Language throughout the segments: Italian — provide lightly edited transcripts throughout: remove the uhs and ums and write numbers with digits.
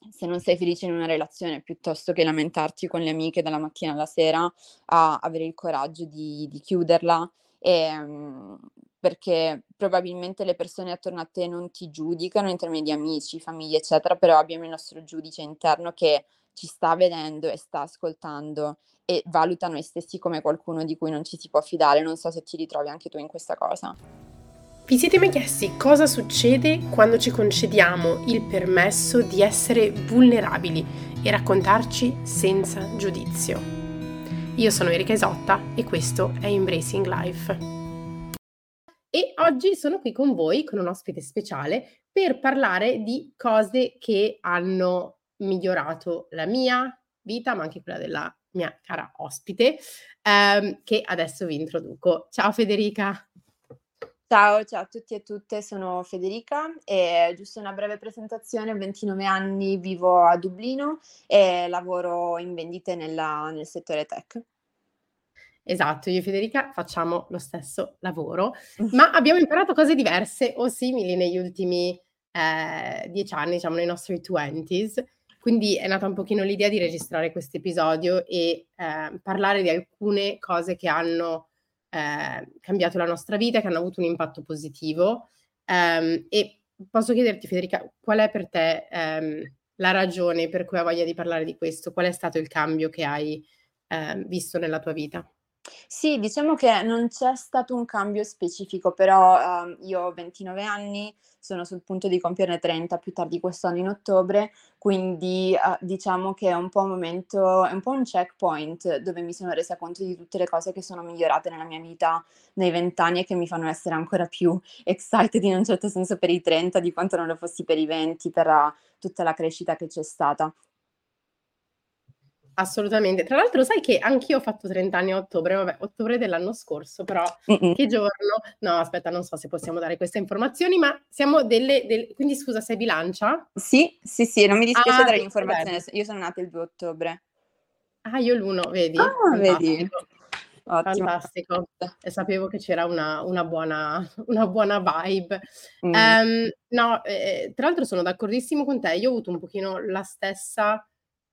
se non sei felice in una relazione, piuttosto che lamentarti con le amiche dalla mattina alla sera, a avere il coraggio di chiuderla, ehm, perché probabilmente le persone attorno a te non ti giudicano in termini di amici, famiglia, eccetera, però abbiamo il nostro giudice interno che ci sta vedendo e sta ascoltando e valuta noi stessi come qualcuno di cui non ci si può fidare. Non so se ti ritrovi anche tu in questa cosa. Vi siete mai chiesti cosa succede quando ci concediamo il permesso di essere vulnerabili e raccontarci senza giudizio? Io sono Erika Isotta e questo è Embracing Life. E oggi sono qui con voi, con un ospite speciale, per parlare di cose che hanno migliorato la mia vita, ma anche quella della mia cara ospite, che adesso vi introduco. Ciao Federica! Ciao, ciao a tutti e tutte, sono Federica e giusto una breve presentazione, ho 29 anni, vivo a Dublino e lavoro in vendite nel settore tech. Esatto, io e Federica facciamo lo stesso lavoro, ma abbiamo imparato cose diverse o simili negli ultimi 10 anni, diciamo nei nostri 20s. Quindi è nata un pochino l'idea di registrare questo episodio e parlare di alcune cose che hanno cambiato la nostra vita, che hanno avuto un impatto positivo. E posso chiederti, Federica, qual è per te la ragione per cui hai voglia di parlare di questo? Qual è stato il cambio che hai visto nella tua vita? Sì, diciamo che non c'è stato un cambio specifico, però, io ho 29 anni, sono sul punto di compierne 30 più tardi quest'anno in ottobre, quindi, diciamo che è un po' un checkpoint dove mi sono resa conto di tutte le cose che sono migliorate nella mia vita nei 20 anni e che mi fanno essere ancora più excited in un certo senso per i 30 di quanto non lo fossi per i 20, per tutta la crescita che c'è stata. Assolutamente. Tra l'altro sai che anch'io ho fatto 30 anni a ottobre, vabbè, ottobre dell'anno scorso, però Mh-mh. che giorno? No, aspetta, non so se possiamo dare queste informazioni, ma siamo quindi scusa, sei bilancia? Sì, sì, sì, non mi dispiace Ah, dare vedi che l'informazione, bello. io sono nata il 2 ottobre. Ah, io l'1, vedi? Ah, vedi? Fantastico, Ottimo. fantastico. E sapevo che c'era una buona una buona vibe. Mh. No, tra l'altro sono d'accordissimo con te. Io ho avuto un pochino la stessa,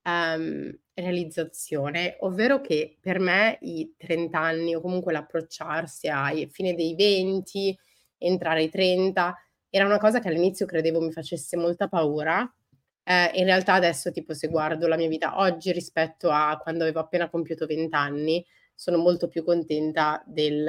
realizzazione, ovvero che per me i 30 anni o comunque l'approcciarsi ai fine dei 20, entrare ai 30, era una cosa che all'inizio credevo mi facesse molta paura. In realtà adesso tipo se guardo la mia vita oggi rispetto a quando avevo appena compiuto 20 anni, sono molto più contenta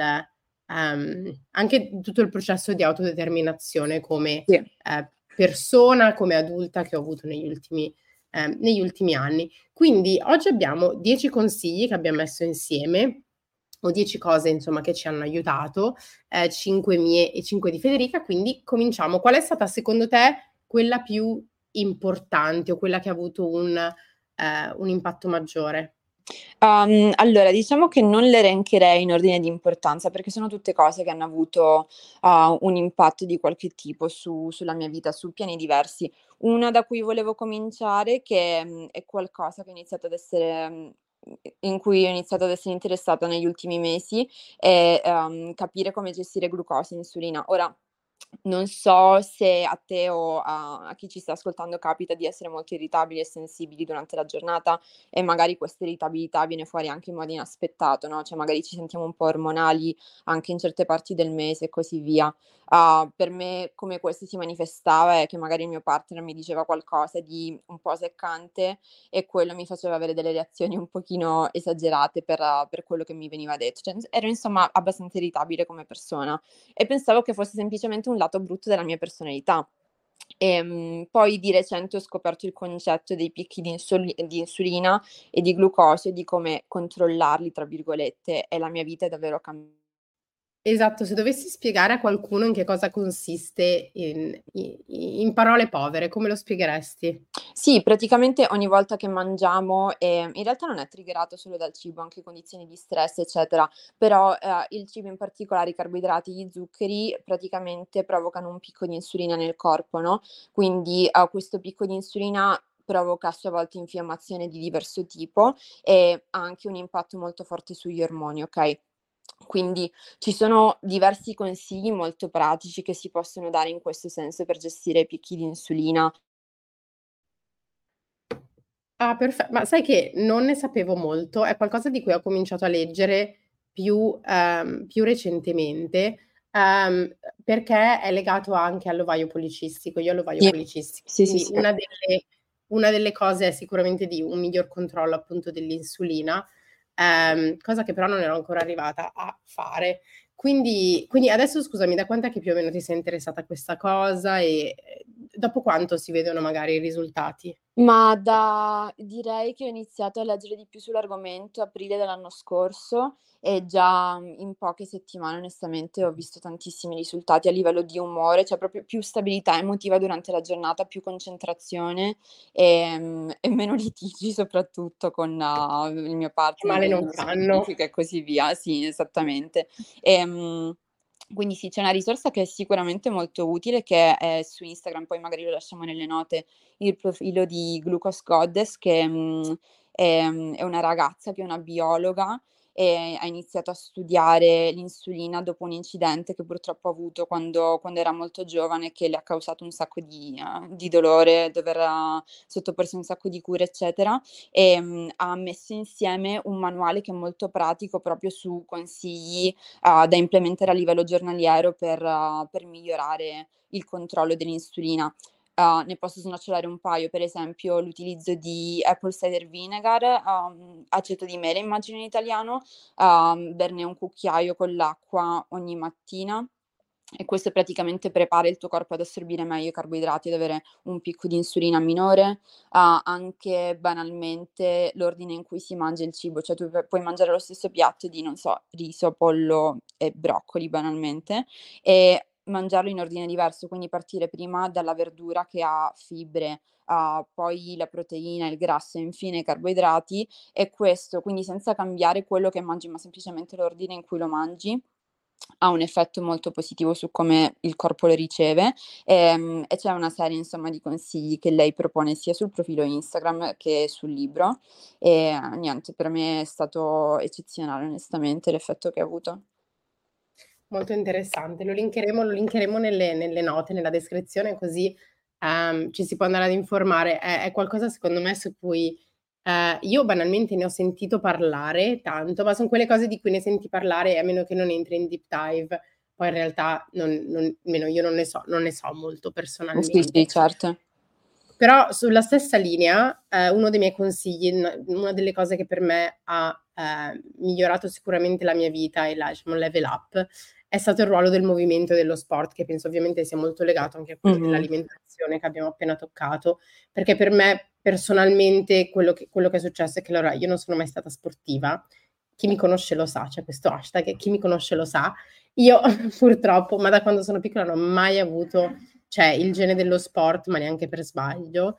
anche tutto il processo di autodeterminazione come, Sì. persona, come adulta che ho avuto negli ultimi anni. Quindi oggi abbiamo 10 consigli che abbiam messo insieme, o 10 cose insomma che ci hanno aiutato, 5 mie e 5 di Federica, quindi cominciamo. Qual è stata secondo te quella più importante o quella che ha avuto un impatto maggiore? Allora diciamo che non le elencherei in ordine di importanza, perché sono tutte cose che hanno avuto, un impatto di qualche tipo sulla mia vita, su piani diversi. Una da cui volevo cominciare che, è qualcosa che ho iniziato ad essere in cui ho iniziato ad essere interessata negli ultimi mesi, è, capire come gestire glucosio e insulina. Ora, non so se a te o a chi ci sta ascoltando capita di essere molto irritabili e sensibili durante la giornata e magari questa irritabilità viene fuori anche in modo inaspettato, no, cioè magari ci sentiamo un po' ormonali anche in certe parti del mese e così via. Per me come questo si manifestava è che magari il mio partner mi diceva qualcosa di un po' seccante e quello mi faceva avere delle reazioni un pochino esagerate per quello che mi veniva detto. Cioè, ero insomma abbastanza irritabile come persona e pensavo che fosse semplicemente un lato brutto della mia personalità. Poi di recente ho scoperto il concetto dei picchi di insulina e di glucosio e di come "controllarli" tra virgolette e la mia vita è davvero Esatto, se dovessi spiegare a qualcuno in che cosa consiste in parole povere, come lo spiegheresti? Sì, praticamente ogni volta che mangiamo, in realtà non è triggerato solo dal cibo, anche condizioni di stress, eccetera, però, il cibo in particolare, i carboidrati, gli zuccheri, praticamente provocano un picco di insulina nel corpo, no, quindi, questo picco di insulina provoca a sua volta infiammazione di diverso tipo e ha anche un impatto molto forte sugli ormoni, okay? Quindi ci sono diversi consigli molto pratici che si possono dare in questo senso per gestire i picchi di insulina. Ah, ma sai che non ne sapevo molto, è qualcosa di cui ho cominciato a leggere più recentemente, perché è legato anche all'ovaio policistico. Io ho l'ovaio Sì, policistico, sì, sì, quindi sì. una delle cose è sicuramente di un miglior controllo appunto dell'insulina, cosa che però non ero ancora arrivata a fare. Quindi adesso scusami, da quant'è che più o meno ti sei interessata a questa cosa e dopo quanto si vedono magari i risultati? Ma direi che ho iniziato a leggere di più sull'argomento aprile dell'anno scorso e già, in poche settimane onestamente ho visto tantissimi risultati a livello di umore, cioè proprio più stabilità emotiva durante la giornata, più concentrazione, e meno litigi soprattutto con il mio Che partner, male le non relazioni fanno. scientifiche e così via. Sì, esattamente. Ehm, quindi sì, c'è una risorsa che è sicuramente molto utile, che è su Instagram, poi magari lo lasciamo nelle note, il profilo di Glucose Goddess che, è una ragazza che è una biologa e ha iniziato a studiare l'insulina dopo un incidente che purtroppo ha avuto quando era molto giovane, che le ha causato un sacco di dolore, dover sottoporsi a un sacco di cure, eccetera. Ha messo insieme un manuale che è molto pratico proprio su consigli, da implementare a livello giornaliero per migliorare il controllo dell'insulina. Ne posso snocciolare un paio, per esempio l'utilizzo di apple cider vinegar, aceto di mele immagino in italiano, berne un cucchiaio con l'acqua ogni mattina e questo praticamente prepara il tuo corpo ad assorbire meglio i carboidrati, ad avere un picco di insulina minore. Anche banalmente l'ordine in cui si mangia il cibo, cioè tu puoi mangiare lo stesso piatto di, non so, riso, pollo e broccoli banalmente, e mangiarlo in ordine diverso, quindi partire prima dalla verdura che ha fibre, poi la proteina, il grasso e infine i carboidrati, e questo quindi senza cambiare quello che mangi, ma semplicemente l'ordine in cui lo mangi, ha un effetto molto positivo su come il corpo lo riceve, e c'è una serie insomma di consigli che lei propone sia sul profilo Instagram che sul libro e niente, per me è stato eccezionale onestamente l'effetto che ha avuto. Molto interessante. Lo linkeremo nelle note, nella descrizione, così, ci si può andare ad informare. È qualcosa secondo me su cui, io banalmente ne ho sentito parlare tanto, ma son quelle cose di cui ne senti parlare, a meno che non entri in deep dive, poi in realtà non almeno io non ne so molto Sì, personalmente. sì, certo. Però sulla stessa linea, uno dei miei consigli, una delle cose che per me ha, migliorato sicuramente la mia vita e diciamo level up, è stato il ruolo del movimento e dello sport, che penso ovviamente sia molto legato anche a quello Mh-mh. dell'alimentazione che abbiamo appena toccato, perché per me personalmente quello che è successo è che allora io non sono mai stata sportiva. Chi mi conosce lo sa, c'è questo hashtag, chi mi conosce lo sa. Io purtroppo, ma da quando sono piccola non ho mai avuto, cioè, il gene dello sport, ma neanche per sbaglio.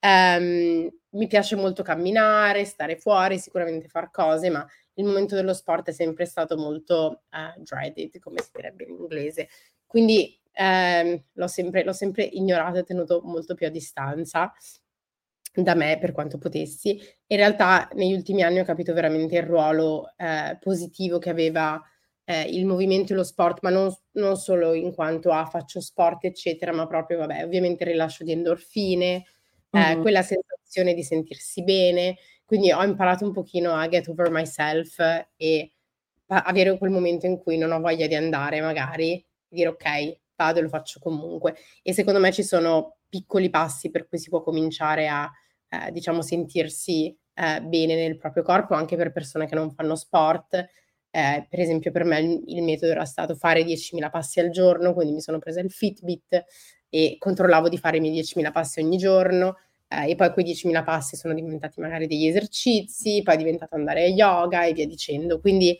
Mi piace molto camminare, stare fuori, sicuramente far cose, ma il momento dello sport è sempre stato molto, dreaded, come si direbbe in inglese. Quindi, l'ho sempre ignorato e tenuto molto più a distanza da me per quanto potessi. In realtà negli ultimi anni ho capito veramente il ruolo, positivo che aveva, il movimento e lo sport, ma non solo in quanto a faccio sport eccetera, ma proprio vabbè, ovviamente il rilascio di endorfine, Mh-mh. quella sensazione di sentirsi bene. Quindi ho imparato un pochino a get over myself e avere quel momento in cui non ho voglia di andare magari, dire: "Okay, vado e lo faccio comunque". E secondo me ci sono piccoli passi per cui si può cominciare a, diciamo sentirsi, bene nel proprio corpo, anche per persone che non fanno sport. Per esempio per me il metodo era stato fare 10.000 passi al giorno, quindi mi sono presa il Fitbit e controllavo di fare i miei 10.000 passi ogni giorno, e poi quei 10.000 passi sono diventati magari degli esercizi, poi è diventato andare a yoga e via dicendo. Quindi,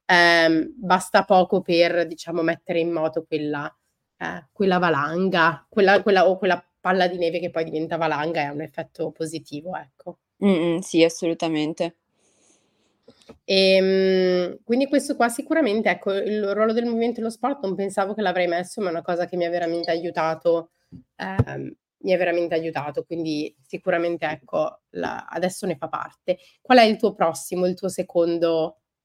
basta poco per, diciamo, mettere in moto quella valanga, quella palla di neve che poi diventa valanga e ha un effetto positivo, ecco. Mh-mh, sì, assolutamente. Quindi questo qua sicuramente, ecco, il ruolo del movimento e lo sport non pensavo che l'avrei messo, ma è una cosa che mi ha veramente aiutato, quindi sicuramente ecco, adesso ne fa parte. Qual è il tuo prossimo, il tuo secondo,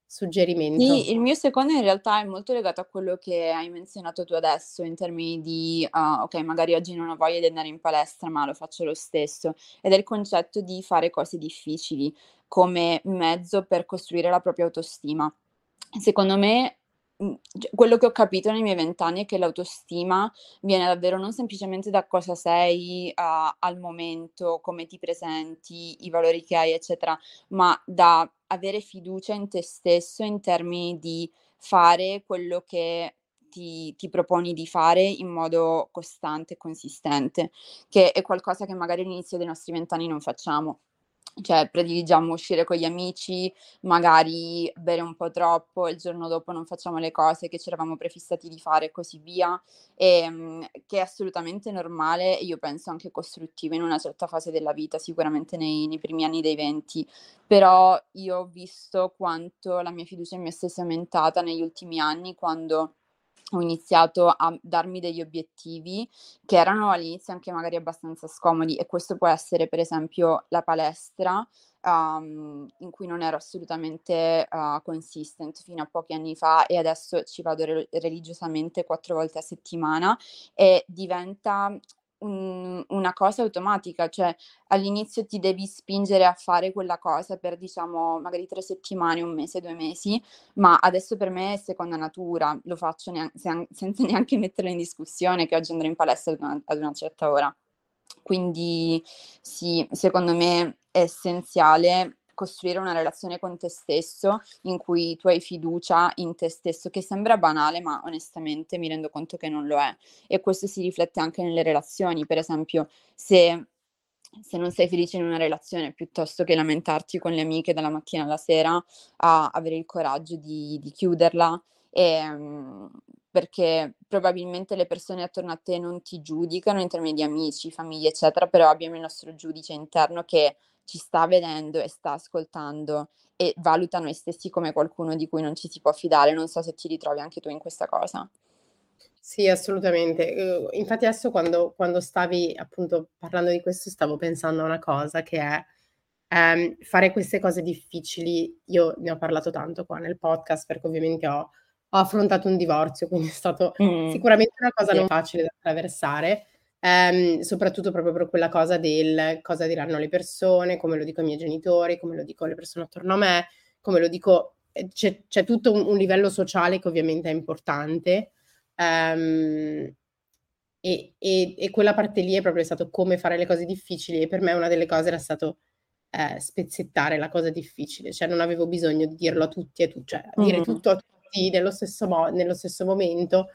suggerimento. Sì, il mio secondo in realtà è molto legato a quello che hai menzionato tu adesso in termini di, okay, magari oggi non ho voglia di andare in palestra, ma lo faccio lo stesso, ed è il concetto di fare cose difficili come mezzo per costruire la propria autostima. Secondo me, cioè quello che ho capito nei miei 20 anni è che l'autostima viene davvero non semplicemente da cosa sei, al momento, come ti presenti, i valori che hai, eccetera, ma da avere fiducia in te stesso in termini di fare quello che ti proponi di fare in modo costante e consistente, che è qualcosa che magari all'inizio dei nostri 20 anni non facciamo. Cioè prediligiamo uscire con gli amici, magari bere un po' troppo, il giorno dopo non facciamo le cose che ci eravamo prefissati di fare e così via, che è assolutamente normale e io penso anche costruttivo in una certa fase della vita, sicuramente nei primi anni dei 20. Però io ho visto quanto la mia fiducia in me stessa è aumentata negli ultimi anni quando ho iniziato a darmi degli obiettivi che erano all'inizio anche magari abbastanza scomodi e questo può essere per esempio la palestra, in cui non ero assolutamente, consistent fino a pochi anni fa e adesso ci vado religiosamente 4 volte a settimana e diventa una cosa automatica, cioè all'inizio ti devi spingere a fare quella cosa per diciamo magari 3 settimane, 1 mese, 2 mesi, ma adesso per me è seconda natura, lo faccio senza neanche metterlo in discussione che oggi andrò in palestra ad una certa ora. Quindi sì, secondo me è essenziale costruire una relazione con te stesso, in cui tu hai fiducia in te stesso, che sembra banale, ma onestamente mi rendo conto che non lo è. E questo si riflette anche nelle relazioni. Per esempio, se non sei felice in una relazione, piuttosto che lamentarti con le amiche dalla mattina alla sera, a avere il coraggio di chiuderla, ehm, perché probabilmente le persone attorno a te non ti giudicano in termini di amici, famiglia, eccetera, però abbiamo il nostro giudice interno che ci sta vedendo e sta ascoltando e valuta noi stessi come qualcuno di cui non ci si può fidare. Non so se ti ritrovi anche tu in questa cosa. Sì, assolutamente. Infatti adesso quando stavi appunto parlando di questo, stavo pensando a una cosa che è, fare queste cose difficili. Io ne ho parlato tanto qua nel podcast, perché ovviamente ho affrontato un divorzio, quindi è stato Mh, sicuramente una cosa sì. non facile da attraversare, soprattutto proprio per quella cosa del cosa diranno le persone, come lo dico ai miei genitori, come lo dico alle persone attorno a me, come lo dico c'è tutto un livello sociale che ovviamente è importante. Ehm, e quella parte lì è proprio stato come fare le cose difficili e per me una delle cose era stato, spezzettare la cosa difficile, cioè non avevo bisogno di dirlo a tutti e cioè dire Mh. tutto a tutti nello stesso momento,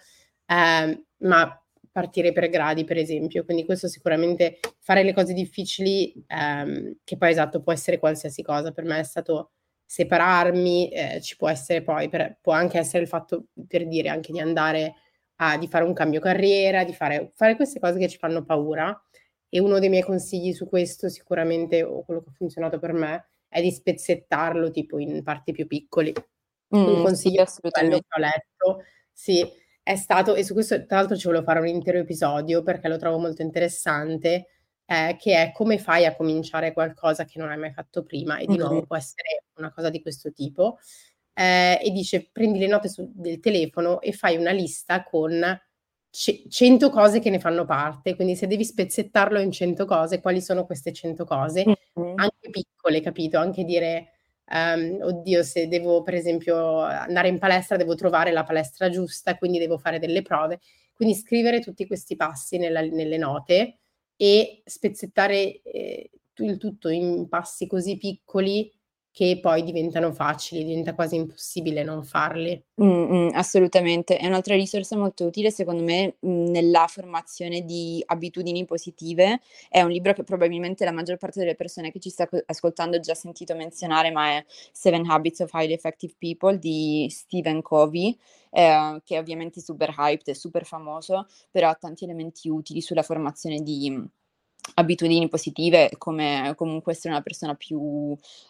ma partire per gradi, per esempio. Quindi questo sicuramente fare le cose difficili, che poi esatto, può essere qualsiasi cosa. Per me è stato separarmi, ci può essere poi può anche essere il fatto, per dire, anche di andare di fare un cambio carriera, di fare queste cose che ci fanno paura. E uno dei miei consigli su questo sicuramente, o quello che ha funzionato per me, è di spezzettarlo tipo in parti più piccoli. Un Sì, consiglio bello assolutamente. che ho letto, sì, è stato e su questo tra l'altro ci volevo fare un intero episodio perché lo trovo molto interessante, che è: come fai a cominciare qualcosa che non hai mai fatto prima? E di Mh. nuovo può essere una cosa di questo tipo. E dice: prendi le note del telefono e fai una lista con 100 cose che ne fanno parte, quindi se devi spezzettarlo in 100 cose, quali sono queste 100 cose? Mh-mh. Anche piccole, capito? Anche dire, oddio, se devo per esempio andare in palestra, devo trovare la palestra giusta, quindi devo fare delle prove. Quindi scrivere tutti questi passi nelle note e spezzettare, il tutto in passi così piccoli che poi diventano facili, diventa quasi impossibile non farli. Assolutamente. È un'altra risorsa molto utile secondo me, nella formazione di abitudini positive. È un libro che probabilmente la maggior parte delle persone che ci sta ascoltando ha già sentito menzionare, ma è Seven Habits of Highly Effective People di Stephen Covey, che è ovviamente super hyped e super famoso, però ha tanti elementi utili sulla formazione di, abitudini positive, come comunque essere una persona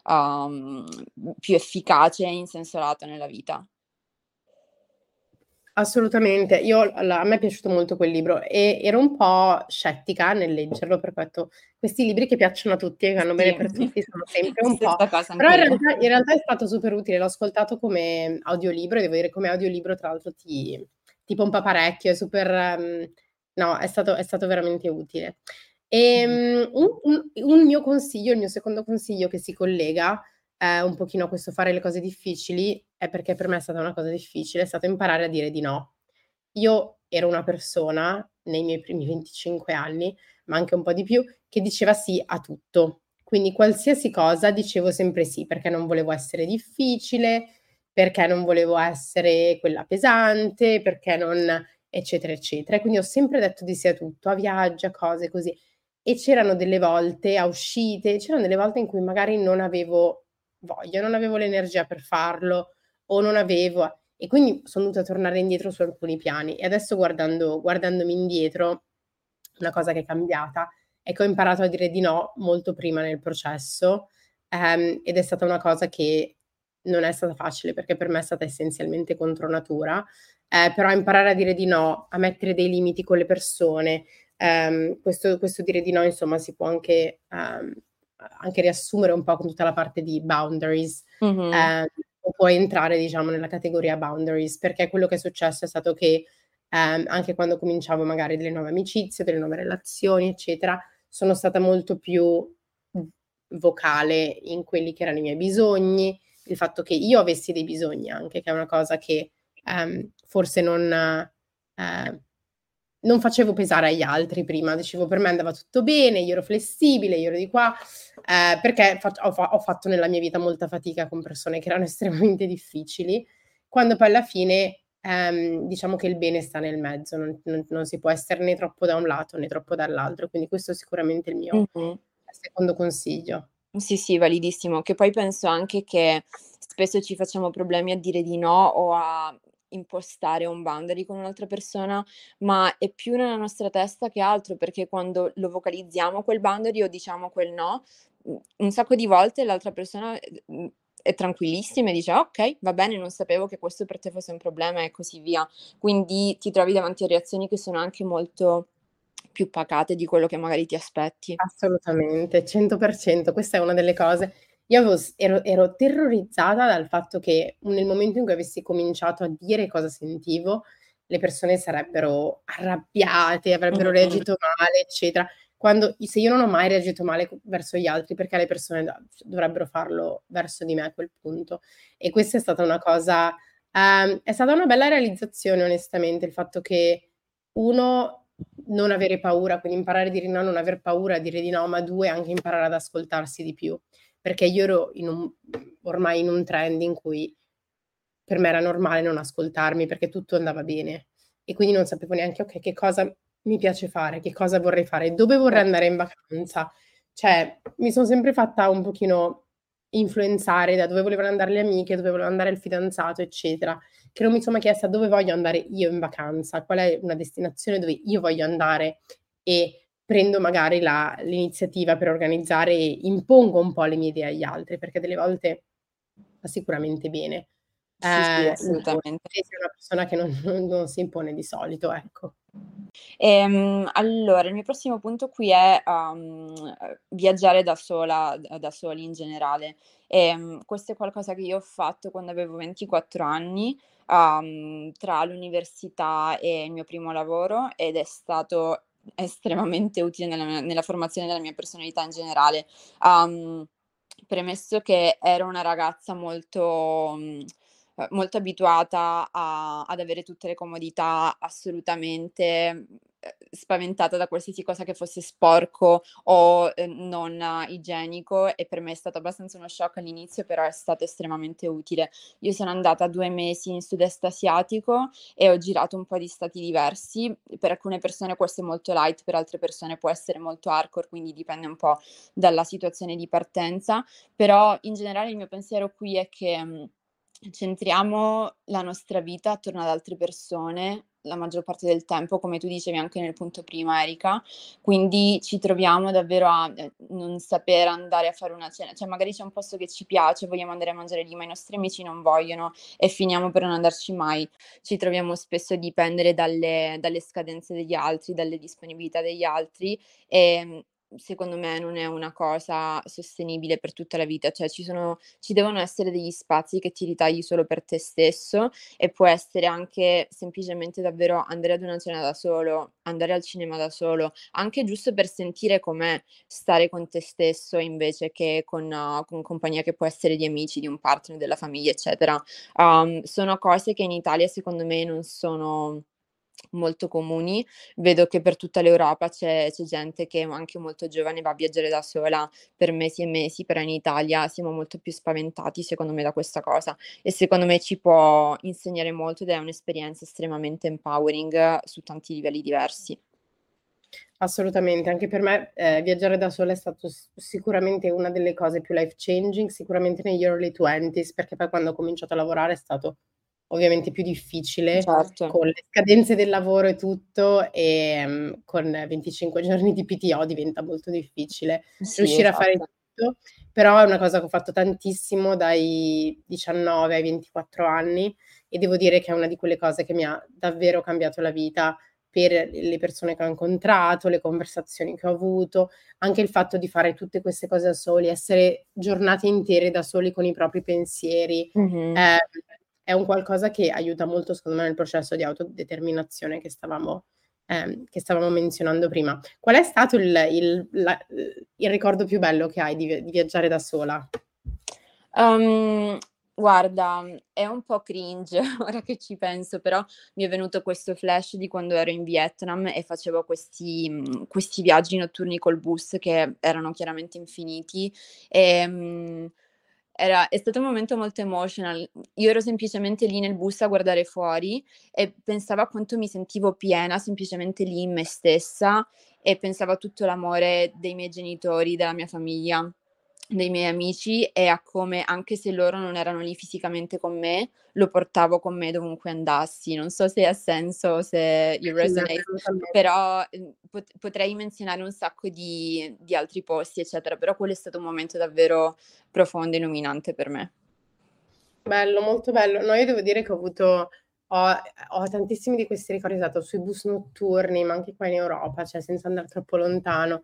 più efficace in senso lato nella vita. Assolutamente. Io a me è piaciuto molto quel libro e ero un po' scettica nel leggerlo, perché ho detto: "Questi libri che piacciono a tutti e che vanno bene Sì, per tutti sono sempre un po'", stessa cosa però anche io. in realtà è stato super utile. L'ho ascoltato come audiolibro e devo dire come audiolibro tra l'altro ti pompa parecchio, è super no, è stato veramente utile. Mh-mh. Un mio consiglio, il mio secondo consiglio che si collega, un pochino a questo fare le cose difficili, è perché per me è stata una cosa difficile, è stato imparare a dire di no. Io ero una persona, nei miei primi 25 anni, ma anche un po' di più, che diceva sì a tutto. Quindi qualsiasi cosa dicevo sempre sì, perché non volevo essere difficile, perché non volevo essere quella pesante, perché non eccetera, eccetera. E quindi ho sempre detto di sì a tutto, a viaggi, a cose così. E c'erano delle volte, a uscite, c'erano delle volte in cui magari non avevo voglia, non avevo l'energia per farlo o non avevo e quindi son dovuta tornare indietro su alcuni piani. E adesso guardandomi indietro, una cosa che è cambiata è che ho imparato a dire di no molto prima nel processo, ed è stata una cosa che non è stata facile, perché per me è stata essenzialmente contro natura, però imparare a dire di no, a mettere dei limiti con le persone, questo dire di no insomma si può anche riassumere un po' con tutta la parte di boundaries, Mh-mh. ehm, o può entrare diciamo nella categoria boundaries, perché quello che è successo è stato che, anche quando cominciavo magari delle nuove amicizie, delle nuove relazioni, eccetera, sono stata molto più vocale in quelli che erano i miei bisogni, il fatto che io avessi dei bisogni anche, che è una cosa che, forse non facevo pesare agli altri prima, dicevo per me andava tutto bene, io ero flessibile, io ero di qua, perché ho fatto nella mia vita molta fatica con persone che erano estremamente difficili, quando poi alla fine, diciamo che il bene sta nel mezzo, non si può essere né troppo da un lato né troppo dall'altro, quindi questo è sicuramente il mio Mh-mh. secondo consiglio. Sì, sì, validissimo. Che poi penso anche che spesso ci facciamo problemi a dire di no o a impostare un boundary con un'altra persona, ma è più nella nostra testa che altro, perché quando lo vocalizziamo quel boundary o diciamo quel no, un sacco di volte l'altra persona, è tranquillissima e dice: "Ah, okay, va bene, non sapevo che questo per te fosse un problema", e così via. Quindi ti trovi davanti a reazioni che sono anche molto più pacate di quello che magari ti aspetti. Assolutamente, 100%. Questa è una delle cose io avevo s ero terrorizzata dal fatto che nel momento in cui avessi cominciato a dire cosa sentivo, le persone sarebbero arrabbiate, avrebbero Mh-mh. reagito male, eccetera. Quando se io non ho mai reagito male verso gli altri, perché le persone dovrebbero farlo verso di me a quel punto? E questa è stata una cosa è stata una bella realizzazione onestamente, il fatto che 1 non avere paura, quindi imparare a dire no, non aver paura a dire di no, ma 2 anche imparare ad ascoltarsi di più. Perché io ero ormai in un trend in cui per me era normale non ascoltarmi perché tutto andava bene e quindi non sapevo neanche: okay, che cosa mi piace fare, che cosa vorrei fare, dove vorrei andare Certo. in vacanza. Cioè, mi son sempre fatta un pochino influenzare da dove volevano andare le amiche, dove voleva andare il fidanzato, eccetera, che non mi son mai chiesta dove voglio andare io in vacanza, qual è una destinazione dove io voglio andare e prendo magari l'iniziativa per organizzare e impongo un po' le mie idee agli altri, perché delle volte fa sicuramente bene. Sì, sì, Imporsi. assolutamente. Te sei una persona che non si impone di solito, ecco. Allora, il mio prossimo punto qui è, viaggiare da sola, da soli in generale. Questo è qualcosa che io ho fatto quando avevo 24 anni, tra l'università e il mio primo lavoro, ed è stato estremamente utile nella formazione della mia personalità in generale. Uhm, Premesso che ero una ragazza molto abituata ad avere tutte le comodità assolutamente, spaventata da qualsiasi cosa che fosse sporco o, non igienico, e per me è stato abbastanza uno shock all'inizio, però è stato estremamente utile. Io sono andata 2 mesi in sud-est asiatico e ho girato un po' di stati diversi. Per alcune persone questo è molto light, per altre persone può essere molto hardcore, quindi dipende un po' dalla situazione di partenza, però in generale il mio pensiero qui è che, centriamo la nostra vita attorno ad altre persone la maggior parte del tempo, come tu dicevi anche nel punto prima Erika, quindi ci troviamo davvero a, non saper andare a fare una cena, cioè magari c'è un posto che ci piace, vogliamo andare a mangiare lì, ma i nostri amici non vogliono e finiamo per non andarci mai. Ci troviamo spesso a dipendere dalle scadenze degli altri, dalle disponibilità degli altri, secondo me non è una cosa sostenibile per tutta la vita, cioè ci devono essere degli spazi che ti ritagli solo per te stesso e può essere anche semplicemente davvero andare ad una cena da solo, andare al cinema da solo, anche giusto per sentire com'è stare con te stesso invece che con compagnia che può essere di amici, di un partner, della famiglia, eccetera. Sono cose che in Italia secondo me non sono molto comuni. Vedo che per tutta l'Europa c'è gente che anche molto giovane va a viaggiare da sola per mesi e mesi, però in Italia siamo molto più spaventati secondo me da questa cosa e secondo me ci può insegnare molto ed è un'esperienza estremamente empowering su tanti livelli diversi. Assolutamente, anche per me, viaggiare da sola è stato sicuramente una delle cose più life changing, sicuramente negli early 20s, perché poi quando ho cominciato a lavorare è stato ovviamente più difficile Certo. con le scadenze del lavoro e tutto, con 25 giorni di PTO diventa molto difficile Sì, riuscire a fare esatto. tutto, però è una cosa che ho fatto tantissimo dai 19 ai 24 anni e devo dire che è una di quelle cose che mi ha davvero cambiato la vita per le persone che ho incontrato, le conversazioni che ho avuto, anche il fatto di fare tutte queste cose da soli, essere giornate intere da soli con i propri pensieri, Mh-mh. ehm, è un qualcosa che aiuta molto secondo me nel processo di autodeterminazione che stavamo menzionando prima. Qual è stato il ricordo più bello che hai di viaggiare da sola? Uhm, guarda, è un po' cringe ora che ci penso, però mi è venuto questo flash di quando ero in Vietnam e facevo questi viaggi notturni col bus che erano chiaramente infiniti. È stato un momento molto emotional. Io ero semplicemente lì nel bus a guardare fuori e pensavo a quanto mi sentivo piena semplicemente lì in me stessa e pensavo a tutto l'amore dei miei genitori, della mia famiglia, dei miei amici e a come, anche se loro non erano lì fisicamente con me, lo portavo con me dovunque andassi. Non so se ha senso, se it Sì, resonates, assolutamente. però, potrei menzionare un sacco di altri posti, eccetera, però quello è stato un momento davvero profondo e illuminante per me. Bello, molto bello. No, io devo dire che ho tantissimi di questi ricordi, esatto, sui bus notturni, ma anche qua in Europa, cioè senza andare troppo lontano.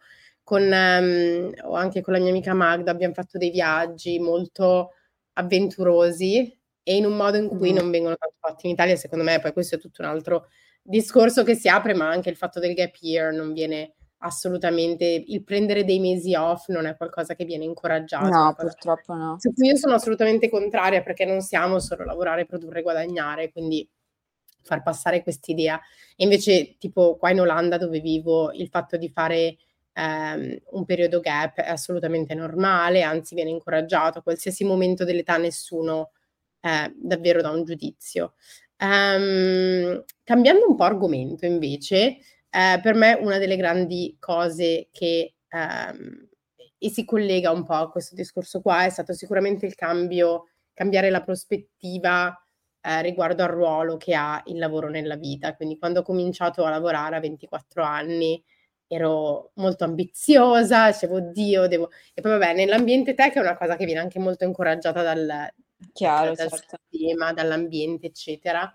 O anche con la mia amica Magda abbiam fatto dei viaggi molto avventurosi e in un modo in cui Mh-mh. non vengono tanto fatti in Italia, secondo me, poi questo è tutto un altro discorso che si apre, ma anche il fatto del gap year non viene assolutamente, il prendere dei mesi off non è qualcosa che viene incoraggiato, è una No, cosa purtroppo no. su cui io sono assolutamente contraria, perché non siamo solo lavorare, produrre, guadagnare, quindi far passare quest'idea. E invece tipo qua in Olanda dove vivo, il fatto di fare, un periodo gap è assolutamente normale, anzi viene incoraggiato. A qualsiasi momento dell'età nessuno, davvero dà un giudizio. Cambiando un po' argomento invece, per me una delle grandi cose che, e si collega un po' a questo discorso qua, è stato sicuramente cambiare la prospettiva, riguardo al ruolo che ha il lavoro nella vita. Quindi quando ho cominciato a lavorare a 24 anni ero molto ambiziosa, dicevo: "Oddio, devo", e poi vabbè nell'ambiente tech è una cosa che viene anche molto incoraggiata Chiaro, dal certo. sistema, dall'ambiente, eccetera.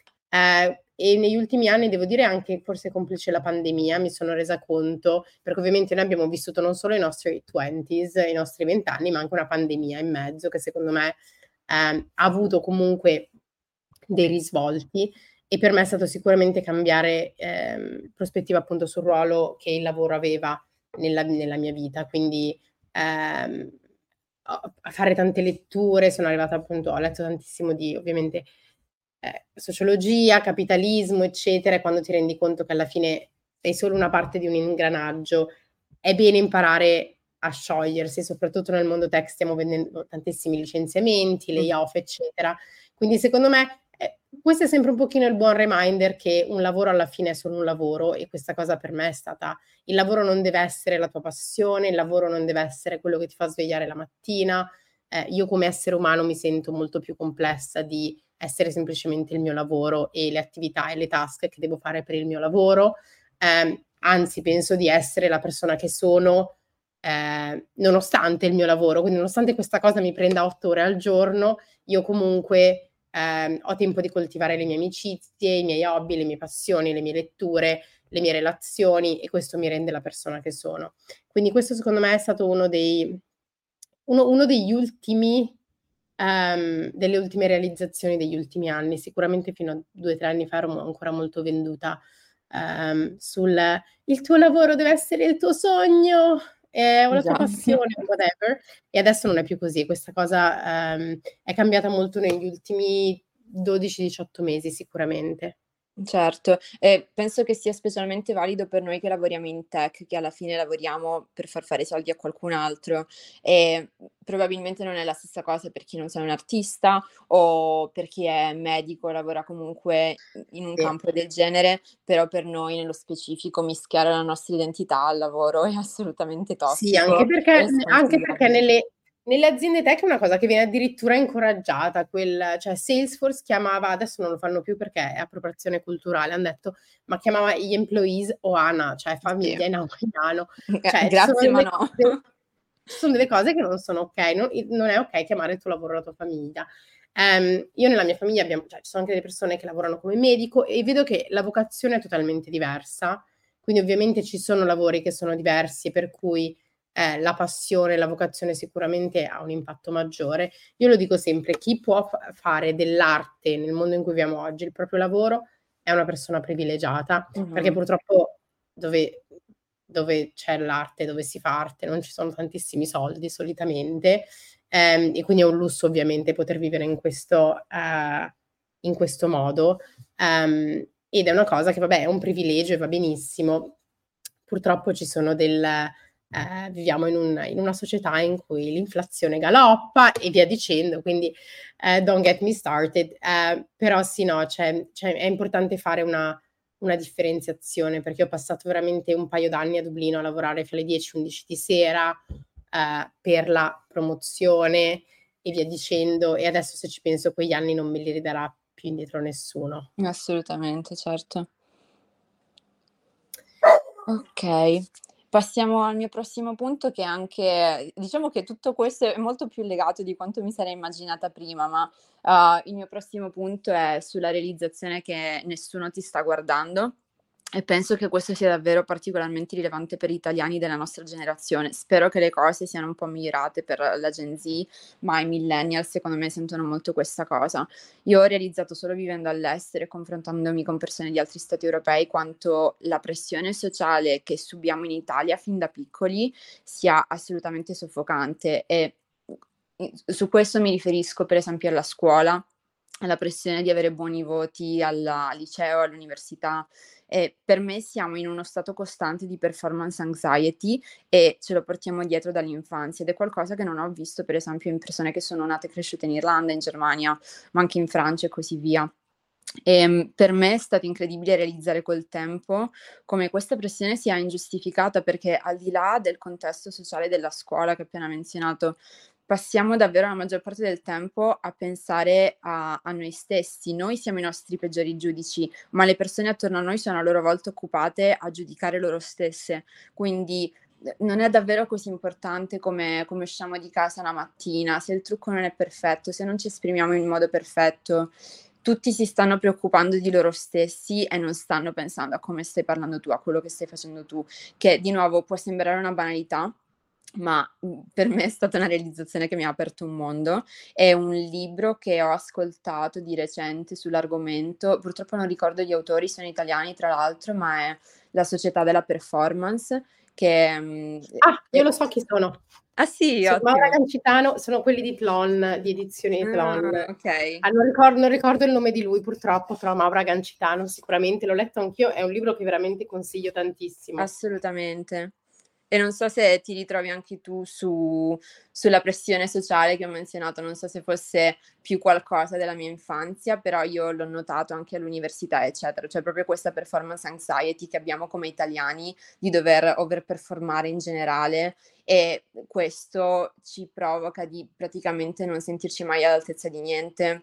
E negli ultimi anni devo dire anche forse complice la pandemia, mi sono resa conto, perché ovviamente noi abbiamo vissuto non solo i nostri 20s, i nostri 20 anni, ma anche una pandemia in mezzo che secondo me, ha avuto comunque dei risvolti e per me è stato sicuramente cambiare, prospettiva appunto sul ruolo che il lavoro aveva nella mia vita. Quindi, ehm, a fare tante letture, sono arrivata appunto, ho letto tantissimo di ovviamente sociologia, capitalismo, eccetera, e quando ti rendi conto che alla fine sei solo una parte di un ingranaggio, è bene imparare a sciogliersi, soprattutto nel mondo tech stiamo vedendo tantissimi licenziamenti, Mh. layoff, eccetera. Quindi secondo me, questo è sempre un pochino il buon reminder che un lavoro alla fine è solo un lavoro e questa cosa per me è stata, il lavoro non deve essere la tua passione, il lavoro non deve essere quello che ti fa svegliare la mattina. Io come essere umano mi sento molto più complessa di essere semplicemente il mio lavoro e le attività e le task che devo fare per il mio lavoro. Anzi, penso di essere la persona che sono, nonostante il mio lavoro. Quindi nonostante questa cosa mi prenda 8 ore al giorno, io comunque ho tempo di coltivare le mie amicizie, i miei hobby, le mie passioni, le mie letture, le mie relazioni, e questo mi rende la persona che sono. Quindi questo secondo me è stato uno degli ultimi delle ultime realizzazioni degli ultimi anni. Sicuramente fino a 2, 3 anni fa ero ancora molto venduta, sul: "Il tuo lavoro deve essere il tuo sogno, o la tua Già. passione", o whatever, e adesso non è più così. Questa cosa, è cambiata molto negli ultimi 12, 18 mesi sicuramente. Certo, e penso che sia specialmente valido per noi che lavoriamo in tech, che alla fine lavoriamo per far fare soldi a qualcun altro e, probabilmente non è la stessa cosa per chi non sia un artista o per chi è medico, lavora comunque in un Sì. campo del genere, però per noi nello specifico mischiare la nostra identità al lavoro è assolutamente Sì, tossico e anche perché sconsigliabile. nelle aziende tech è una cosa che viene addirittura incoraggiata, cioè Salesforce chiamava, adesso non lo fanno più perché è appropriazione culturale, han detto, ma chiamava gli employees Ohana, cioè Sì. famiglia in hawaiano. Cioè Grazie ma no. ci sono delle cose che non sono okay, non è okay chiamare il tuo lavoro la tua famiglia. Io nella mia famiglia cioè ci sono anche delle persone che lavorano come medico e vedo che la vocazione è totalmente diversa, quindi ovviamente ci sono lavori che sono diversi, per cui, la passione, la vocazione sicuramente ha un impatto maggiore. Io lo dico sempre: chi può fare dell'arte nel mondo in cui viviamo oggi il proprio lavoro è una persona privilegiata, perché Mh-mh. purtroppo dove c'è l'arte, dove si fa arte, non ci sono tantissimi soldi solitamente, e quindi è un lusso ovviamente poter vivere in questo modo. Ed è una cosa che vabbè è un privilegio e va benissimo. Purtroppo ci sono viviamo in una società in cui l'inflazione galoppa e via dicendo, quindi, don't get me started. Però sì, no, cioè è importante fare una differenziazione, perché ho passato veramente un paio d'anni a Dublino a lavorare fra le 10 e 11 di sera, per la promozione e via dicendo, e adesso se ci penso quegli anni non me li ridarà più indietro nessuno. Assolutamente, certo. Okay, passiamo al mio prossimo punto che anche diciamo che tutto questo è molto più legato di quanto mi sarei immaginata prima, ma, il mio prossimo punto è sulla realizzazione che nessuno ti sta guardando e penso che questo sia davvero particolarmente rilevante per gli italiani della nostra generazione. Spero che le cose siano un po' migliorate per la Gen Z, ma i millennial secondo me sentono molto questa cosa. Io ho realizzato solo vivendo all'estero e confrontandomi con persone di altri stati europei quanto la pressione sociale che subiamo in Italia fin da piccoli sia assolutamente soffocante e su questo mi riferisco per esempio alla scuola, alla pressione di avere buoni voti al liceo, all'università e per me siamo in uno stato costante di performance anxiety e ce lo portiamo dietro dall'infanzia ed è qualcosa che non ho visto per esempio in persone che sono nate e cresciute in Irlanda, in Germania, ma anche in Francia e così via. Per me è stato incredibile realizzare col tempo come questa pressione sia ingiustificata, perché al di là del contesto sociale della scuola che ho appena menzionato, passiamo davvero la maggior parte del tempo a pensare a noi stessi. Noi siamo i nostri peggiori giudici, ma le persone attorno a noi sono a loro volta occupate a giudicare loro stesse. Quindi, non è davvero così importante come usciamo di casa la mattina, se il trucco non è perfetto, se non ci esprimiamo in modo perfetto. Tutti si stanno preoccupando di loro stessi e non stanno pensando a come stai parlando tu, a quello che stai facendo tu, che di nuovo può sembrare una banalità, ma, per me è stata una realizzazione che mi ha aperto un mondo. È un libro che ho ascoltato di recente sull'argomento, purtroppo non ricordo gli autori, sono italiani tra l'altro, ma è La società della performance che, Ah, io lo so chi sono. ah sì, Maura ottimo. Cancitano, sono quelli di Tlon, di Edizioni Tlon. Okay. Non ricordo il nome di lui purtroppo, però Maura Cancitano sicuramente, l'ho letto anch'io, è un libro che veramente consiglio tantissimo. Assolutamente. E non so se ti ritrovi anche tu sulla pressione sociale che ho menzionato, non so se fosse più qualcosa della mia infanzia, però io l'ho notato anche all'università, eccetera. Cioè proprio questa performance anxiety che abbiamo come italiani di dover overperformare in generale e questo ci provoca di praticamente non sentirci mai all'altezza di niente.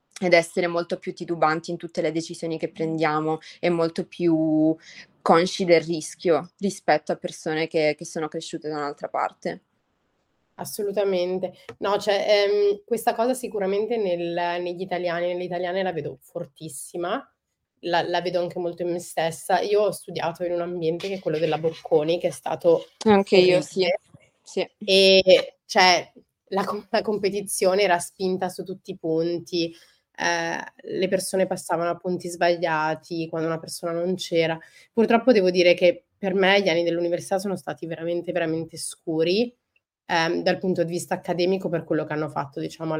ed essere molto più titubanti in tutte le decisioni che prendiamo e molto più consci del rischio rispetto a persone che sono cresciute da un'altra parte. Assolutamente. No, cioè, questa cosa sicuramente negli italiani, nelle italiane la vedo fortissima, la vedo anche molto in me stessa. Io ho studiato in un ambiente che è quello della Bocconi, che è stato Anche io sì, orribile, sì. e cioè la competizione era spinta su tutti i punti, le persone passavano a punti sbagliati quando una persona non c'era. Purtroppo devo dire che per me gli anni dell'università sono stati veramente, veramente scuri, dal punto di vista accademico per quello che hanno fatto, diciamo,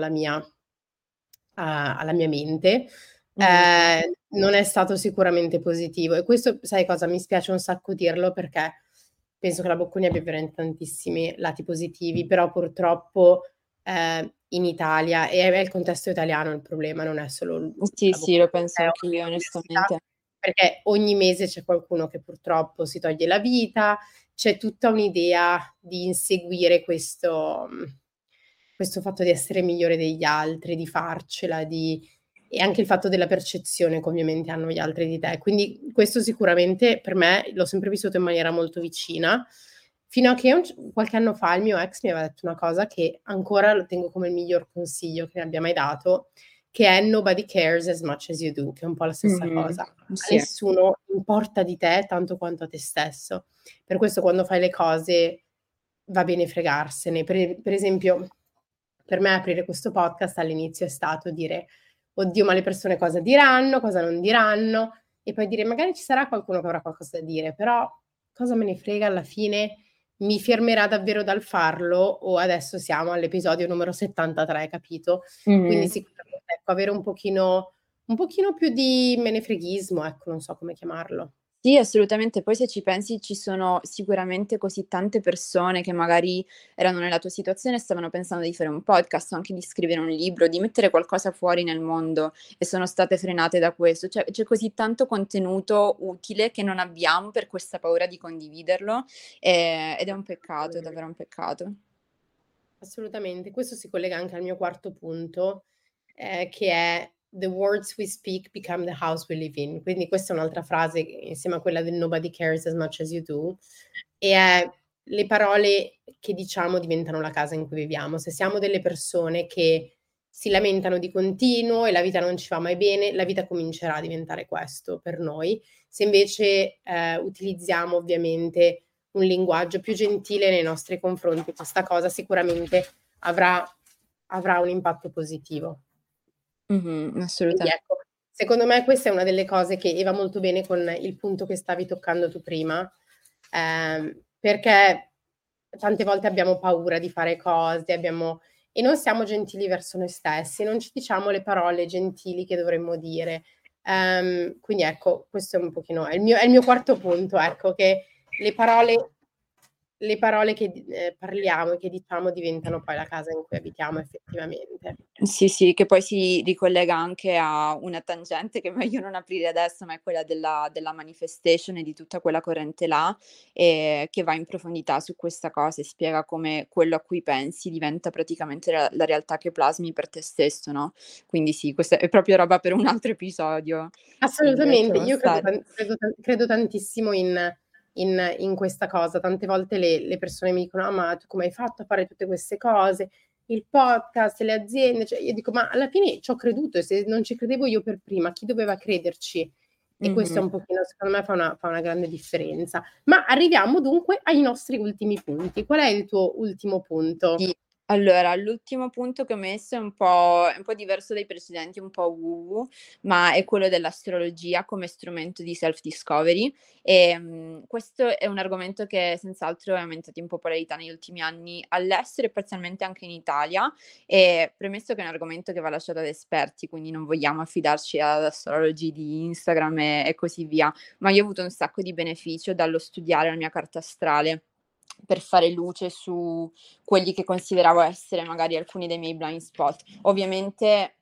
alla mia mente. Mh-mh. Non è stato sicuramente positivo e questo sai cosa, mi spiace un sacco dirlo perché penso che la Bocconi abbia veramente tantissimi lati positivi, però purtroppo, in Italia e è il contesto italiano il problema, non è solo Sì, la sì, lo Bocconi, penso è anch'io ogni università, onestamente. perché ogni mese c'è qualcuno che purtroppo si toglie la vita, c'è tutta un'idea di inseguire questo fatto di essere migliore degli altri, di farcela, e anche il fatto della percezione che ovviamente hanno gli altri di te. Quindi questo sicuramente per me l'ho sempre vissuto in maniera molto vicina, fino a che qualche anno fa il mio ex mi aveva detto una cosa che ancora lo tengo come il miglior consiglio che mi abbia mai dato, che è nobody cares as much as you do, che è un po' la stessa Mh-mh. cosa. A Sì. nessuno importa di te tanto quanto a te stesso. Per questo quando fai le cose va bene fregarsene. Per esempio, per me aprire questo podcast all'inizio è stato dire: "Oddio, ma le persone cosa diranno, cosa non diranno?" E poi dire: "Magari ci sarà qualcuno che avrà qualcosa da dire, però cosa me ne frega alla fine, mi fermerà davvero dal farlo o adesso siamo all'episodio numero 73", capito? Quindi Mh-mh. sicuramente, ecco, avere un pochino più di menefreghismo, ecco, non so come chiamarlo. Sì, assolutamente. Poi se ci pensi ci sono sicuramente così tante persone che magari erano nella tua situazione e stavano pensando di fare un podcast o anche di scrivere un libro, di mettere qualcosa fuori nel mondo e sono state frenate da questo. Cioè, c'è così tanto contenuto utile che non abbiamo per questa paura di condividerlo, ed è un peccato, è davvero un peccato. Assolutamente. Questo si collega anche al mio quarto punto, che è: "The words we speak become the house we live in". Quindi questa è un'altra frase insieme a quella del "Nobody cares as much as you do", e è: le parole che diciamo diventano la casa in cui viviamo. Se siamo delle persone che si lamentano di continuo e la vita non ci va mai bene, la vita comincerà a diventare questo per noi. Se invece, utilizziamo ovviamente un linguaggio più gentile nei nostri confronti, questa cosa sicuramente avrà avrà un impatto positivo. Mh-mh, Quindi assolutamente. ecco, secondo me questa è una delle cose che va molto bene con il punto che stavi toccando tu prima, perché tante volte abbiamo paura di fare cose, e non siamo gentili verso noi stessi, non ci diciamo le parole gentili che dovremmo dire. Quindi ecco, questo è un pochino è il mio quarto punto, ecco, che le parole le parole che parliamo e che diciamo diventano poi la casa in cui abitiamo effettivamente. Sì, sì, che poi si ricollega anche a una tangente che è meglio non aprire adesso, ma è quella della manifestation e di tutta quella corrente là, che va in profondità su questa cosa e spiega come quello a cui pensi diventa praticamente la realtà che plasmi per te stesso, no, quindi sì, questa è proprio roba per un altro episodio, quindi Assolutamente, lasciamo io credo stare. tan credo tan credo tantissimo in questa cosa. Tante volte le persone mi dicono: "Ah, ma tu come hai fatto a fare tutte queste cose? Il podcast, le aziende", cioè io dico: "Ma alla fine c'ho creduto e se non ci credevo io per prima, chi doveva crederci?" E questo è Mh-mh. un pochino secondo me fa una grande differenza. Ma arriviamo dunque ai nostri ultimi punti. Qual è il tuo ultimo punto? Sì, allora l'ultimo punto che ho messo è un po' diverso dai precedenti, un po' woo-woo, ma è quello dell'astrologia come strumento di self-discovery. Questo è un argomento che senz'altro è aumentato in popolarità negli ultimi anni all'estero e parzialmente anche in Italia, premesso che è un argomento che va lasciato ad esperti, quindi non vogliamo affidarci ad astrologi di Instagram e così via, ma io ho avuto un sacco di beneficio dallo studiare la mia carta astrale per fare luce su quelli che consideravo essere magari alcuni dei miei blind spot. Ovviamente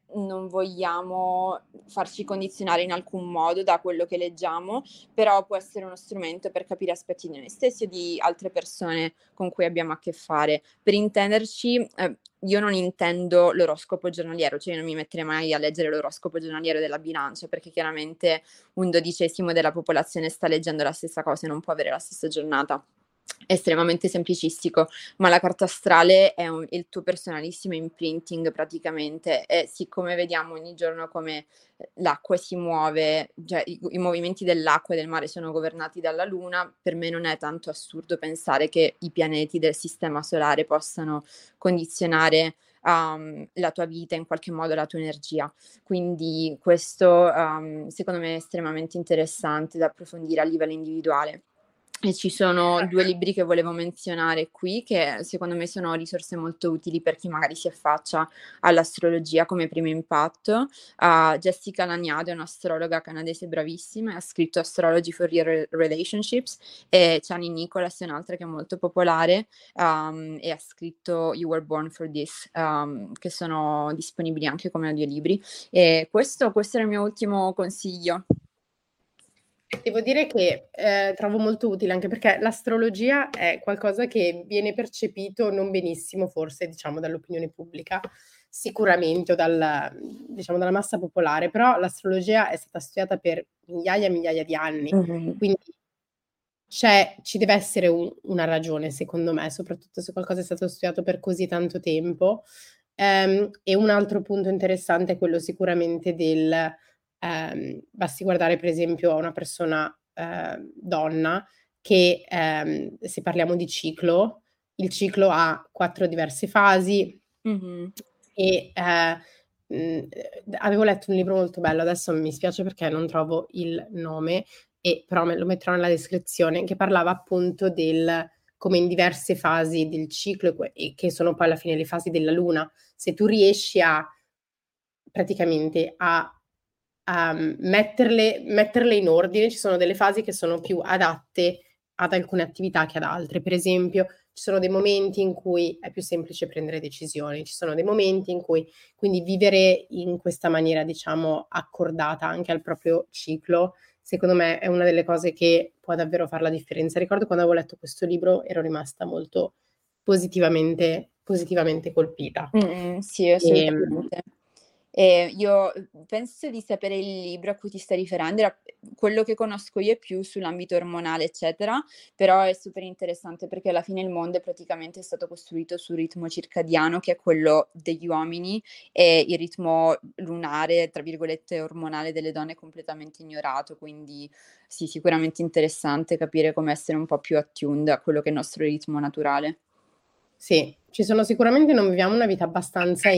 non vogliamo farci condizionare in alcun modo da quello che leggiamo, però può essere uno strumento per capire aspetti di noi stessi o di altre persone con cui abbiamo a che fare. Per intenderci, io non intendo l'oroscopo giornaliero, cioè io non mi metterei mai a leggere l'oroscopo giornaliero della bilancia, perché chiaramente un 12° della popolazione sta leggendo la stessa cosa e non può avere la stessa giornata. È estremamente semplicistico, ma la carta astrale è il tuo personalissimo imprinting praticamente, e siccome vediamo ogni giorno come l'acqua si muove, cioè i movimenti dell'acqua e del mare sono governati dalla luna, per me non è tanto assurdo pensare che i pianeti del sistema solare possano condizionare la tua vita, in qualche modo la tua energia. Quindi questo, secondo me è estremamente interessante da approfondire a livello individuale. E ci sono 2 libri che volevo menzionare qui, che secondo me sono risorse molto utili per chi magari si affaccia all'astrologia come primo impatto. Jessica Lanyadoo è un'astrologa canadese bravissima e ha scritto Astrology for Real Relationships, e Chani Nicholas è un'altra che è molto popolare, e ha scritto You Were Born for This, che sono disponibili anche come audiolibri. E questo era il mio ultimo consiglio. Devo dire che, trovo molto utile, anche perché l'astrologia è qualcosa che viene percepito non benissimo forse, diciamo, dall'opinione pubblica, sicuramente, o diciamo, dalla massa popolare, però l'astrologia è stata studiata per migliaia e migliaia di anni, Mh-mh. quindi ci deve essere una ragione, secondo me, soprattutto se qualcosa è stato studiato per così tanto tempo. E un altro punto interessante è quello sicuramente basti guardare per esempio a una persona, donna che, se parliamo di ciclo, il ciclo ha 4 diverse fasi Mh-mh. e, avevo letto un libro molto bello, adesso mi spiace perché non trovo il nome, però me lo metterò nella descrizione, che parlava appunto del come in diverse fasi del ciclo e che sono poi alla fine le fasi della luna, se tu riesci praticamente a metterle in ordine, ci sono delle fasi che sono più adatte ad alcune attività che ad altre. Per esempio, ci sono dei momenti in cui è più semplice prendere decisioni, ci sono dei momenti in cui quindi vivere in questa maniera, diciamo, accordata anche al proprio ciclo, secondo me è una delle cose che può davvero far la differenza. Ricordo quando avevo letto questo libro ero rimasta molto positivamente colpita. Sì, Ehm assolutamente. Io, penso di sapere il libro a cui ti stai riferendo, quello che conosco io è più sull'ambito ormonale, eccetera, però è super interessante perché alla fine il mondo è praticamente stato costruito sul ritmo circadiano, che è quello degli uomini, e il ritmo lunare, tra virgolette, "ormonale" delle donne è completamente ignorato, quindi sì, sicuramente interessante capire come essere un po' più attuned a quello che è il nostro ritmo naturale. Sì, ci sono sicuramente non viviamo una vita abbastanza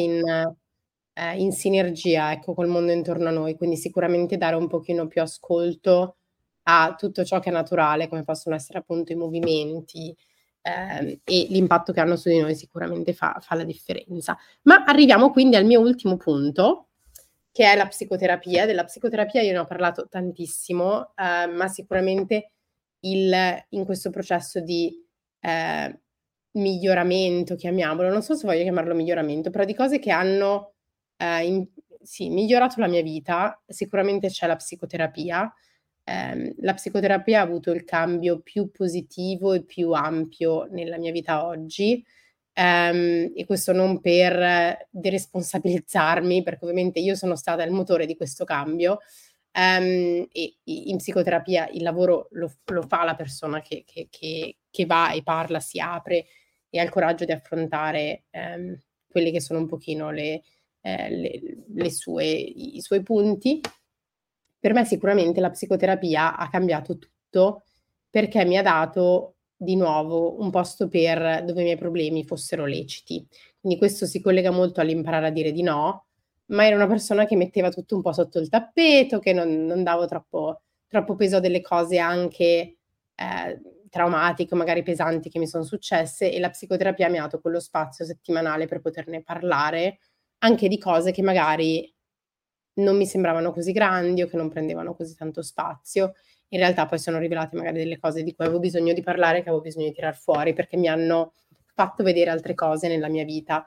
in sinergia, ecco, col mondo intorno a noi, quindi sicuramente dare un pochino più ascolto a tutto ciò che è naturale, come possono essere appunto i movimenti, e l'impatto che hanno su di noi sicuramente fa la differenza. Ma arriviamo quindi al mio ultimo punto, che è la psicoterapia. Della psicoterapia io ne ho parlato tantissimo, ma sicuramente in questo processo di, ehm, miglioramento, chiamiamolo, non so se voglio chiamarlo miglioramento, però di cose che hanno, in sì, migliorato la mia vita, sicuramente c'è la psicoterapia. La psicoterapia ha avuto il cambio più positivo e più ampio nella mia vita oggi, e questo non per deresponsabilizzarmi, perché ovviamente io sono stata il motore di questo cambio, e in psicoterapia il lavoro lo fa la persona che va e parla, si apre e ha il coraggio di affrontare, quelli che sono un pochino le sue i suoi punti. Per me sicuramente la psicoterapia ha cambiato tutto, perché mi ha dato di nuovo un posto per dove i miei problemi fossero leciti. Quindi questo si collega molto all'imparare a dire di no, ma ero una persona che metteva tutto un po' sotto il tappeto, che non davo troppo peso a delle cose anche, traumatiche o magari pesanti che mi son successe, e la psicoterapia mi ha dato quello spazio settimanale per poterne parlare, anche di cose che magari non mi sembravano così grandi o che non prendevano così tanto spazio. In realtà poi sono rivelate magari delle cose di cui avevo bisogno di parlare, che avevo bisogno di tirar fuori, perché mi hanno fatto vedere altre cose nella mia vita.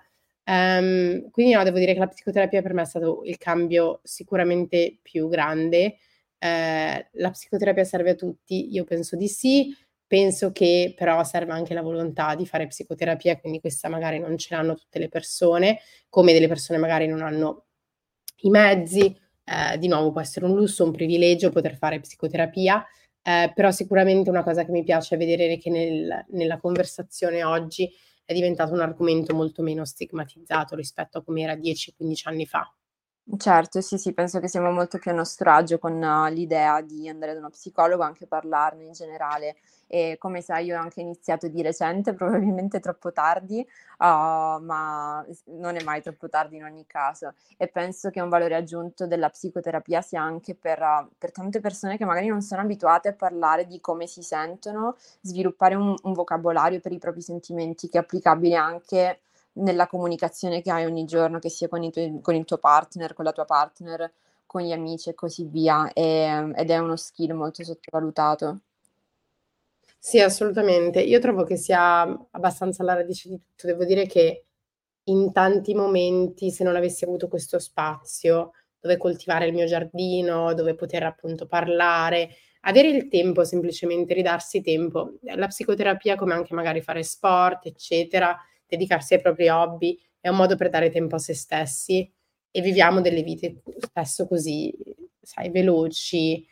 Quindi no, devo dire che la psicoterapia per me è stato il cambio sicuramente più grande. La psicoterapia serve a tutti? Io penso di sì, penso che però serva anche la volontà di fare psicoterapia, quindi questa magari non ce l'hanno tutte le persone, come delle persone magari non hanno i mezzi. Di nuovo può essere un lusso, un privilegio poter fare psicoterapia, però sicuramente una cosa che mi piace è vedere che nella conversazione oggi è diventato un argomento molto meno stigmatizzato rispetto a com'era 10, 15 anni fa. Certo, sì, sì, penso che siamo molto più a nostro agio con l'idea di andare da uno psicologo, anche parlarne in generale. E come sai io ho anche iniziato di recente, probabilmente troppo tardi, ma non è mai troppo tardi in ogni caso. E penso che un valore aggiunto della psicoterapia sia anche per tante persone che magari non sono abituate a parlare di come si sentono, sviluppare un vocabolario per i propri sentimenti che è applicabile anche nella comunicazione che hai ogni giorno, che sia con il tuo partner, con la tua partner, con gli amici e così via, ed è uno skill molto sottovalutato. Sì, assolutamente. Io trovo che sia abbastanza alla radice di tutto. Devo dire che in tanti momenti, se non avessi avuto questo spazio dove coltivare il mio giardino, dove poter appunto parlare, avere il tempo, semplicemente ridarsi tempo. La psicoterapia, come anche magari fare sport, eccetera, dedicarsi ai propri hobby, è un modo per dare tempo a se stessi e viviamo delle vite spesso così, sai, veloci,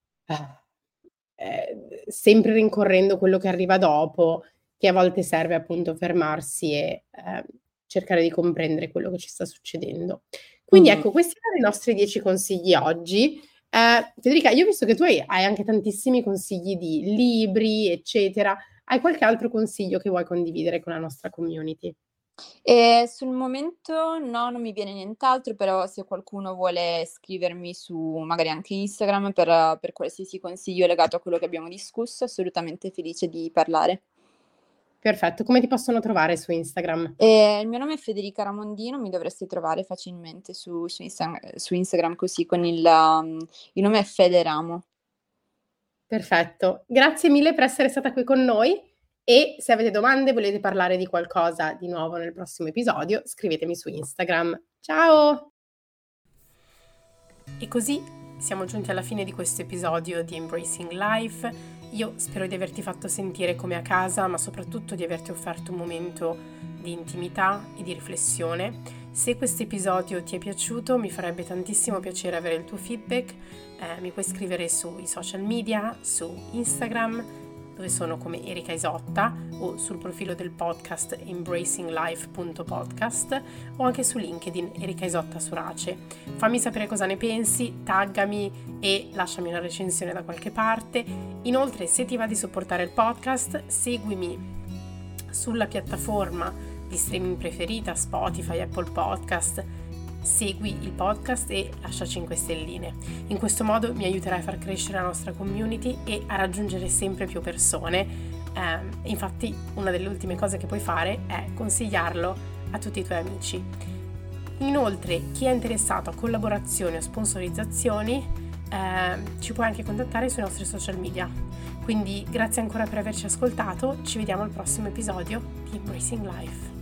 sempre rincorrendo quello che arriva dopo, che a volte serve appunto fermarsi e, cercare di comprendere quello che ci sta succedendo. Quindi Mh-mh. ecco, questi erano i nostri 10 consigli oggi. Federica, io ho visto che tu hai anche tantissimi consigli di libri, eccetera. Hai qualche altro consiglio che vuoi condividere con la nostra community? Sul momento no, non mi viene nient'altro, però se qualcuno vuole scrivermi su magari anche Instagram per qualsiasi consiglio legato a quello che abbiamo discusso, assolutamente felice di parlare. Perfetto, come ti possono trovare su Instagram? Il mio nome è Federica Ramondino, mi dovresti trovare facilmente su Instagram così con il nome è Fede Ramo. Perfetto. Grazie mille per essere stata qui con noi e se avete domande, volete parlare di qualcosa di nuovo nel prossimo episodio, scrivetemi su Instagram. Ciao! E così siamo giunti alla fine di questo episodio di Embracing Life. Io spero di averti fatto sentire come a casa, ma soprattutto di averti offerto un momento di intimità e di riflessione. Se questo episodio ti è piaciuto, mi farebbe tantissimo piacere avere il tuo feedback. Mi puoi scrivere sui social media, su Instagram, dove sono come Erika Isotta, o sul profilo del podcast embracinglife.podcast o anche su LinkedIn Erika Isotta Surace. Fammi sapere cosa ne pensi, taggami e lasciami una recensione da qualche parte. Inoltre, se ti va di supportare il podcast, seguimi sulla piattaforma di streaming preferita, Spotify, Apple Podcast. Segui il podcast e lascia 5 stelline. In questo modo mi aiuterai a far crescere la nostra community e a raggiungere sempre più persone. Infatti, una delle ultime cose che puoi fare è consigliarlo a tutti i tuoi amici. Inoltre, chi è interessato a collaborazioni o sponsorizzazioni ci puoi anche contattare sui nostri social media. Quindi grazie ancora per averci ascoltato, ci vediamo al prossimo episodio di Embracing Life.